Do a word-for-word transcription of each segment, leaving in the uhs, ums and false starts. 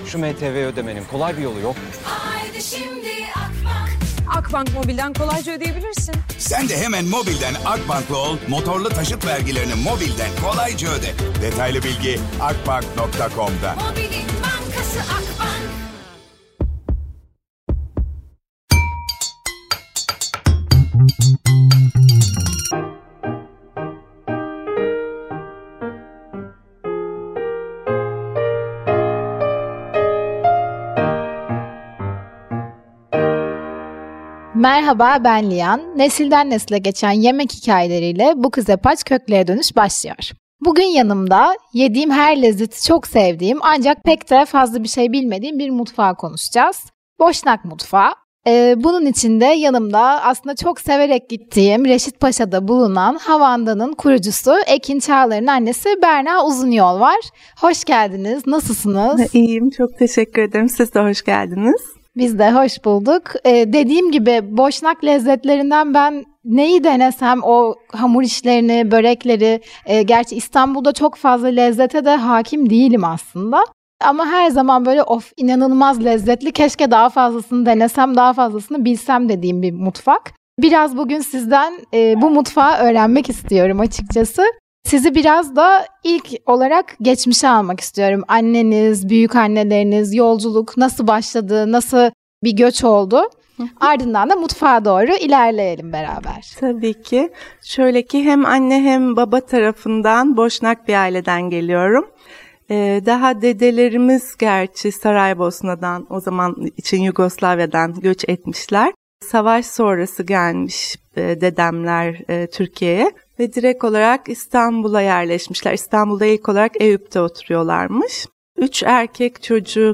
Şu M T V ödemenin kolay bir yolu yok. Haydi şimdi Akbank. Akbank Mobil'den kolayca ödeyebilirsin. Sen de hemen mobilden Akbank'la ol, motorlu taşıt vergilerini mobilden kolayca öde. Detaylı bilgi akbank nokta com'da. Mobilin bankası Akbank. Merhaba, ben Liyan. Nesilden nesile geçen yemek hikayeleriyle Bu Kız Hep Aç Köklere Dönüş başlıyor. Bugün yanımda yediğim her lezzeti çok sevdiğim ancak pek de fazla bir şey bilmediğim bir mutfağı konuşacağız. Boşnak mutfağı. Ee, bunun için de yanımda aslında çok severek gittiğim Reşit Paşa'da bulunan Havanda'nın kurucusu Ekin Çağlar'ın annesi Berna Uzunyol var. Hoş geldiniz. Nasılsınız? İyiyim. Çok teşekkür ederim. Siz de hoş geldiniz. Biz de hoş bulduk. Ee, dediğim gibi Boşnak lezzetlerinden ben neyi denesem o hamur işlerini, börekleri, e, gerçi İstanbul'da çok fazla lezzete de hakim değilim aslında. Ama her zaman böyle of inanılmaz lezzetli, keşke daha fazlasını denesem, daha fazlasını bilsem dediğim bir mutfak. Biraz bugün sizden e, bu mutfağı öğrenmek istiyorum açıkçası. Sizi biraz da ilk olarak geçmişe almak istiyorum. Anneniz, büyükanneleriniz, yolculuk nasıl başladı, nasıl bir göç oldu? Ardından da mutfağa doğru ilerleyelim beraber. Tabii ki. Şöyle ki hem anne hem baba tarafından Boşnak bir aileden geliyorum. Ee, daha dedelerimiz gerçi Saraybosna'dan, o zaman için Yugoslavya'dan göç etmişler. Savaş sonrası gelmiş e, dedemler e, Türkiye'ye ve direkt olarak İstanbul'a yerleşmişler. İstanbul'da ilk olarak Eyüp'te oturuyorlarmış. Üç erkek çocuğu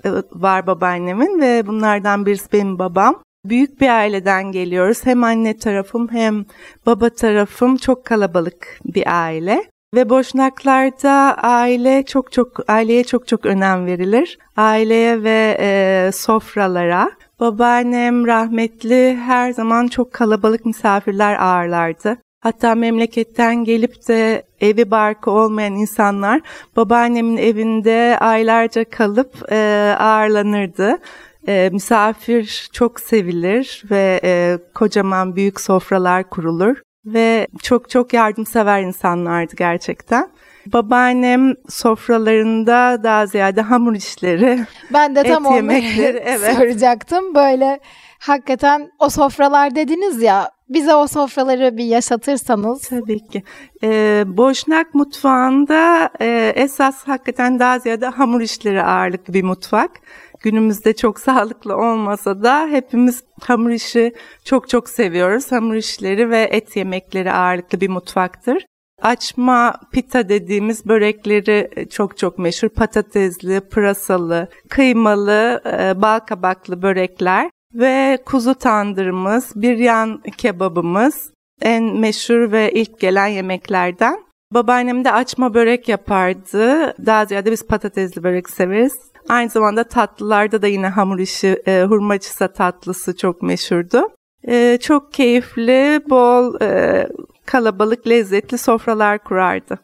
var babaannemin ve bunlardan birisi benim babam. Büyük bir aileden geliyoruz. Hem anne tarafım hem baba tarafım çok kalabalık bir aile. Ve Boşnaklarda aile çok çok aileye çok çok önem verilir. Aileye ve e, sofralara. Babaannem rahmetli her zaman çok kalabalık misafirler ağırlardı. Hatta memleketten gelip de evi barkı olmayan insanlar babaannemin evinde aylarca kalıp e, ağırlanırdı. E, misafir çok sevilir ve e, kocaman büyük sofralar kurulur ve çok çok yardımsever insanlardı gerçekten. Babaannem sofralarında daha ziyade hamur işleri, ben de tam et yemekleri, evet. soracaktım. Böyle hakikaten o sofralar dediniz ya, bize o sofraları bir yaşatırsanız. Tabii ki. Ee, Boşnak mutfağında e, esas hakikaten daha ziyade hamur işleri ağırlıklı bir mutfak. Günümüzde çok sağlıklı olmasa da hepimiz hamur işi çok çok seviyoruz. Hamur işleri ve et yemekleri ağırlıklı bir mutfaktır. Açma pita dediğimiz börekleri çok çok meşhur. Patatesli, pırasalı, kıymalı, e, bal kabaklı börekler. Ve kuzu tandırımız, biryan kebabımız en meşhur ve ilk gelen yemeklerden. Babaannem de açma börek yapardı. Daha ziyade biz patatesli börek severiz. Aynı zamanda tatlılarda da yine hamur işi, e, hurmacısa tatlısı çok meşhurdu. E, çok keyifli, bol, e, kalabalık, lezzetli sofralar kurardı.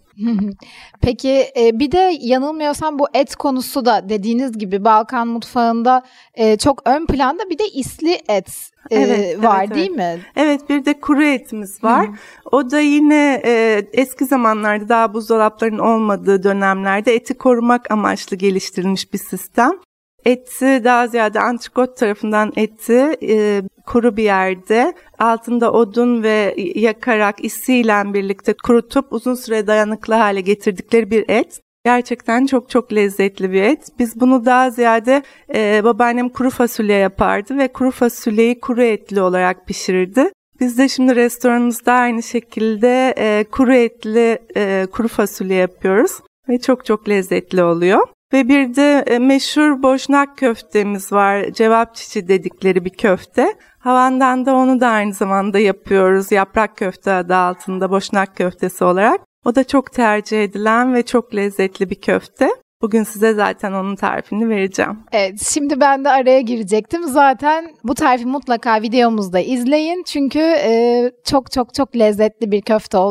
Peki bir de yanılmıyorsam bu et konusu da dediğiniz gibi Balkan mutfağında çok ön planda, bir de isli et evet, var evet, değil evet. mi? Evet, bir de kuru etimiz var. Hı. O da yine eski zamanlarda daha buzdolaplarının olmadığı dönemlerde eti korumak amaçlı geliştirilmiş bir sistem. Eti daha ziyade antrikot tarafından eti e, kuru bir yerde altında odun ve yakarak isiyle birlikte kurutup uzun süre dayanıklı hale getirdikleri bir et. Gerçekten çok çok lezzetli bir et. Biz bunu daha ziyade e, babaannem kuru fasulye yapardı ve kuru fasulyeyi kuru etli olarak pişirirdi. Biz de şimdi restoranımızda aynı şekilde e, kuru etli e, kuru fasulye yapıyoruz ve çok çok lezzetli oluyor. Ve bir de meşhur Boşnak köftemiz var. Cevap çiçi dedikleri bir köfte. Havandan da onu da aynı zamanda yapıyoruz. Yaprak köfte adı altında Boşnak köftesi olarak. O da çok tercih edilen ve çok lezzetli bir köfte. Bugün size zaten onun tarifini vereceğim. Evet, şimdi ben de araya girecektim. Zaten bu tarifi mutlaka videomuzda izleyin. Çünkü e, çok çok çok lezzetli bir köfte olacak.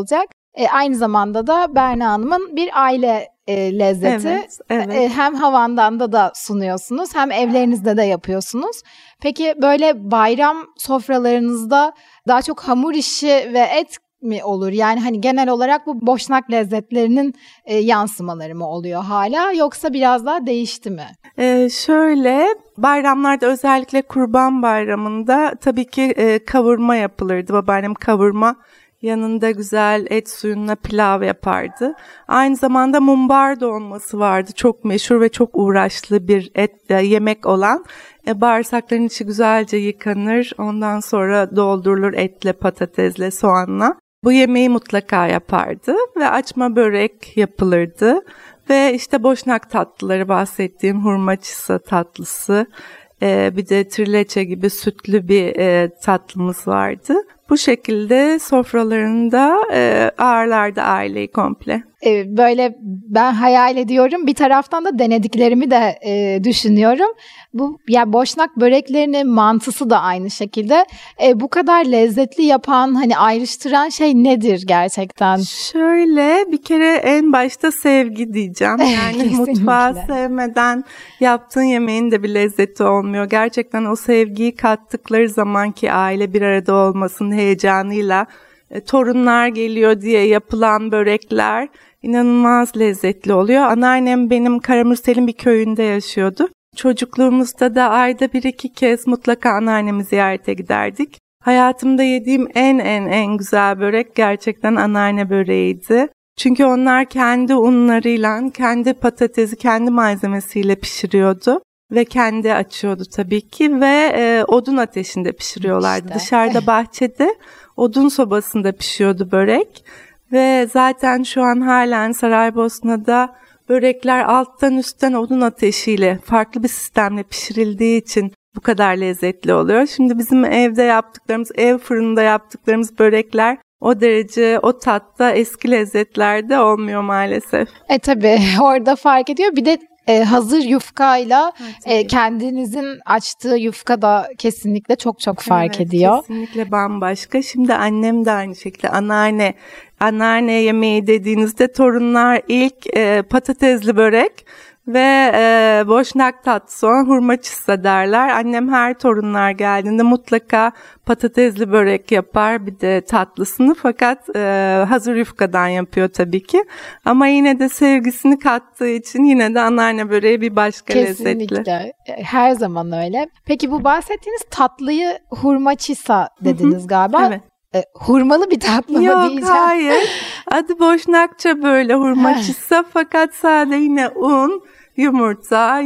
E, aynı zamanda da Berna Hanım'ın bir aile e, lezzeti. Evet, evet. E, hem Havandan'da da sunuyorsunuz hem evlerinizde de yapıyorsunuz. Peki böyle bayram sofralarınızda daha çok hamur işi ve et mi olur? Yani hani genel olarak bu Boşnak lezzetlerinin e, yansımaları mı oluyor hala, yoksa biraz daha değişti mi? Ee, şöyle bayramlarda, özellikle Kurban Bayramı'nda tabii ki e, kavurma yapılırdı. Babaannem kavurma, yanında güzel et suyuna pilav yapardı. Aynı zamanda mumbar dolması vardı. Çok meşhur ve çok uğraşlı bir et e, yemek olan. E, bağırsakların içi güzelce yıkanır. Ondan sonra doldurulur etle, patatesle, soğanla. Bu yemeği mutlaka yapardı ve açma börek yapılırdı. Ve işte Boşnak tatlıları, bahsettiğim hurmaçısa tatlısı, e, bir de trileçe gibi sütlü bir e, tatlımız vardı. Bu şekilde sofralarında e, ağırlardı aileyi komple. Ee, böyle ben hayal ediyorum. Bir taraftan da denediklerimi de e, düşünüyorum. Bu ya Boşnak böreklerinin mantısı da aynı şekilde. E, bu kadar lezzetli yapan, hani ayrıştıran şey nedir gerçekten? Şöyle, bir kere en başta sevgi diyeceğim. Yani mutfağı sevmeden yaptığın yemeğin de bir lezzeti olmuyor. Gerçekten o sevgiyi kattıkları zaman ki aile bir arada olmasının heyecanıyla e, torunlar geliyor diye yapılan börekler İnanılmaz lezzetli oluyor. Anneannem benim Karamürsel'in bir köyünde yaşıyordu. Çocukluğumuzda da ayda bir iki kez mutlaka anneannemi ziyarete giderdik. Hayatımda yediğim en en en güzel börek gerçekten anneanne böreğiydi. Çünkü onlar kendi unlarıyla, kendi patatesi, kendi malzemesiyle pişiriyordu. Ve kendi açıyordu tabii ki ve e, odun ateşinde pişiriyorlardı. İşte. Dışarıda bahçede odun sobasında pişiyordu börek. Ve zaten şu an halen Saraybosna'da börekler alttan üstten odun ateşiyle, farklı bir sistemle pişirildiği için bu kadar lezzetli oluyor. Şimdi bizim evde yaptıklarımız, ev fırında yaptıklarımız börekler o derece, o tatta eski lezzetlerde olmuyor maalesef. E tabii orada fark ediyor. Bir de e, hazır yufkayla e, kendinizin açtığı yufka da kesinlikle çok çok fark evet, ediyor. Kesinlikle bambaşka. Şimdi annem de aynı şekilde anneanne, anneanne yemeği dediğinizde torunlar ilk e, patatesli börek ve e, Boşnak tatlısı olan hurmaçısa derler. Annem her torunlar geldiğinde mutlaka patatesli börek yapar, bir de tatlısını, fakat e, hazır yufkadan yapıyor tabii ki. Ama yine de sevgisini kattığı için yine de anneanne böreği bir başka Kesinlikle. lezzetli. Kesinlikle. Her zaman öyle. Peki bu bahsettiğiniz tatlıyı hurmaçısa dediniz Hı-hı. galiba. Evet. E, hurmalı bir tatlı mı Yok, diyeceğim? Yok hayır. Adı Boşnakça böyle hurmaçısa fakat sade yine un, yumurta,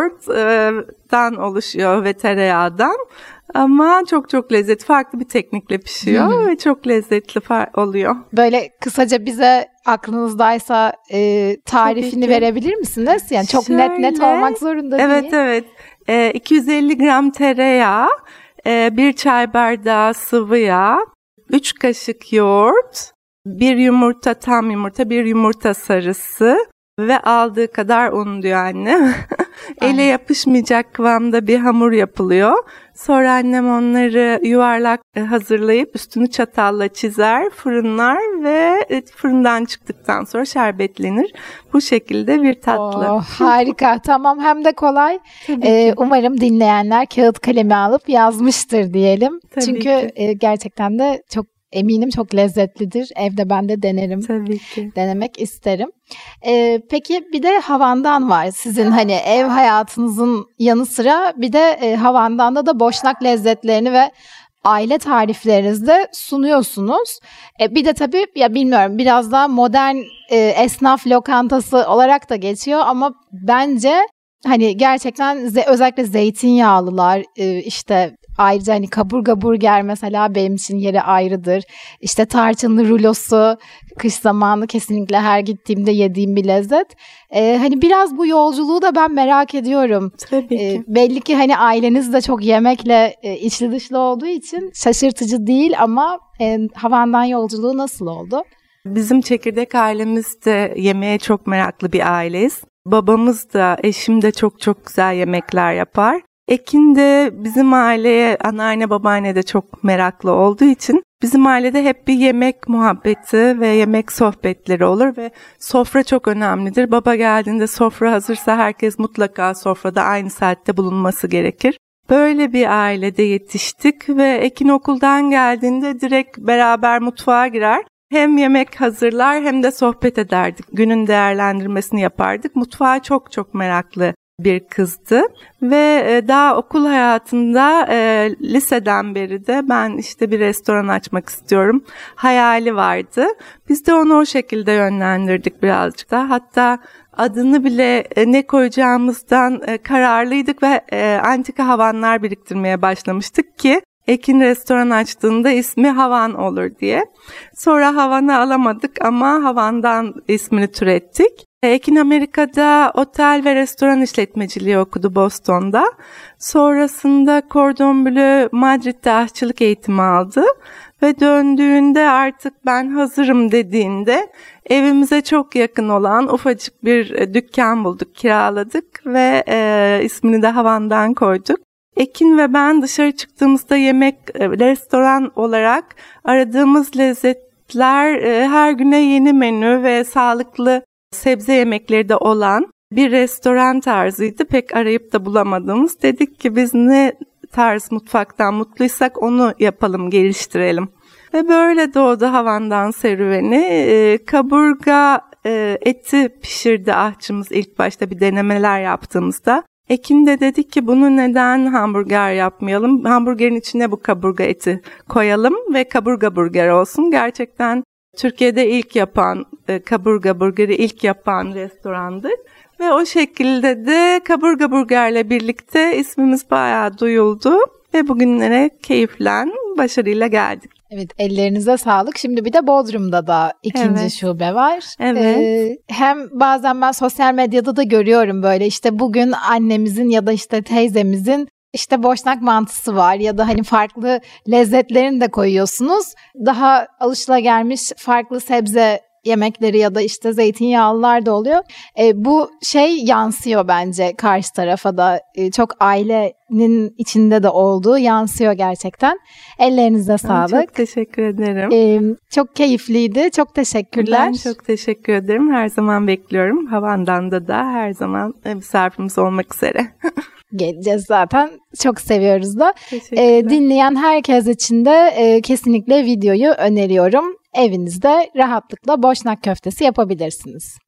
yoğurttan oluşuyor ve tereyağdan. Ama çok çok lezzetli, farklı bir teknikle pişiyor hmm. ve çok lezzetli oluyor. Böyle kısaca bize aklınızdaysa e, tarifini verebilir misiniz? Yani çok Şöyle, net net olmak zorunda değil. Evet evet. E, iki yüz elli gram tereyağı, e, bir çay bardağı sıvı yağ, üç kaşık yoğurt, bir yumurta, tam yumurta, bir yumurta sarısı ve aldığı kadar un diyor annem. Ele yapışmayacak kıvamda bir hamur yapılıyor. Sonra annem onları yuvarlak hazırlayıp üstünü çatalla çizer, fırınlar ve fırından çıktıktan sonra şerbetlenir. Bu şekilde bir tatlı. Oh, harika. Tamam, hem de kolay. Ee, umarım dinleyenler kağıt kalemi alıp yazmıştır diyelim. Tabii Çünkü e, gerçekten de çok eminim çok lezzetlidir. Evde ben de denerim. Tabii ki. Denemek isterim. Ee, peki bir de Havandan var. Sizin hani ev hayatınızın yanı sıra bir de e, Havandan'da da Boşnak lezzetlerini ve aile tariflerinizi de sunuyorsunuz. E, bir de tabii ya bilmiyorum biraz daha modern e, esnaf lokantası olarak da geçiyor ama bence hani gerçekten ze- özellikle zeytinyağlılar e, işte ayrıca hani kaburga burger mesela benim için yeri ayrıdır. İşte tarçınlı rulosu kış zamanı kesinlikle her gittiğimde yediğim bir lezzet. Ee, hani biraz bu yolculuğu da ben merak ediyorum. Tabii ki. Ee, belli ki hani aileniz de çok yemekle e, içli dışlı olduğu için şaşırtıcı değil ama e, Havandan yolculuğu nasıl oldu? Bizim çekirdek ailemiz de yemeğe çok meraklı bir aileyiz. Babamız da, eşim de çok çok güzel yemekler yapar. Ekin de bizim aileye, anneanne babaanne de çok meraklı olduğu için bizim ailede hep bir yemek muhabbeti ve yemek sohbetleri olur ve sofra çok önemlidir. Baba geldiğinde sofra hazırsa herkes mutlaka sofrada aynı saatte bulunması gerekir. Böyle bir ailede yetiştik ve Ekin okuldan geldiğinde direkt beraber mutfağa girer. Hem yemek hazırlar hem de sohbet ederdik. Günün değerlendirmesini yapardık. Mutfağa çok çok meraklı bir kızdı ve daha okul hayatında e, liseden beri de ben işte bir restoran açmak istiyorum hayali vardı. Biz de onu o şekilde yönlendirdik birazcık da. Hatta adını bile e, ne koyacağımızdan e, kararlıydık ve e, antika havanlar biriktirmeye başlamıştık ki Ekin restoran açtığında ismi Havan olur diye. Sonra Havan'ı alamadık ama Havan'dan ismini türettik. Ekin Amerika'da otel ve restoran işletmeciliği okudu Boston'da. Sonrasında Cordon Bleu Madrid'de aşçılık eğitimi aldı. Ve döndüğünde artık ben hazırım dediğinde evimize çok yakın olan ufacık bir dükkan bulduk, kiraladık ve e, ismini de Havan'dan koyduk. Ekin ve ben dışarı çıktığımızda yemek, restoran olarak aradığımız lezzetler her güne yeni menü ve sağlıklı sebze yemekleri de olan bir restoran tarzıydı. Pek arayıp da bulamadığımız. Dedik ki biz ne tarz mutfaktan mutluysak onu yapalım, geliştirelim. Ve böyle doğdu Havan'dan serüveni. Kaburga eti pişirdi ahçımız ilk başta bir denemeler yaptığımızda. Ekin de dedik ki bunu neden hamburger yapmayalım? Hamburgerin içine bu kaburga eti koyalım ve kaburga burger olsun. Gerçekten Türkiye'de ilk yapan, kaburga burgeri ilk yapan restorandı. Ve o şekilde de kaburga burgerle birlikte ismimiz bayağı duyuldu. Ve bugünlere keyiflen, başarıyla geldik. Evet, ellerinize sağlık. Şimdi bir de Bodrum'da da ikinci evet. şube var. Evet. Ee, hem bazen ben sosyal medyada da görüyorum böyle işte bugün annemizin ya da işte teyzemizin işte boşnak mantısı var ya da hani farklı lezzetlerini de koyuyorsunuz. Daha alışılagelmiş farklı sebze yemekleri ya da işte zeytinyağlılar da oluyor. E, bu şey yansıyor bence karşı tarafa da. E, çok ailenin içinde de olduğu yansıyor gerçekten. Ellerinize sağlık. Çok teşekkür ederim. E, çok keyifliydi. Çok teşekkürler. Ben çok teşekkür ederim. Her zaman bekliyorum. Havan'dan da da her zaman misafirimiz olmak üzere. Geleceğiz zaten. Çok seviyoruz da. Teşekkürler. E, dinleyen herkes için de e, kesinlikle videoyu öneriyorum. Evinizde rahatlıkla boşnak köftesi yapabilirsiniz.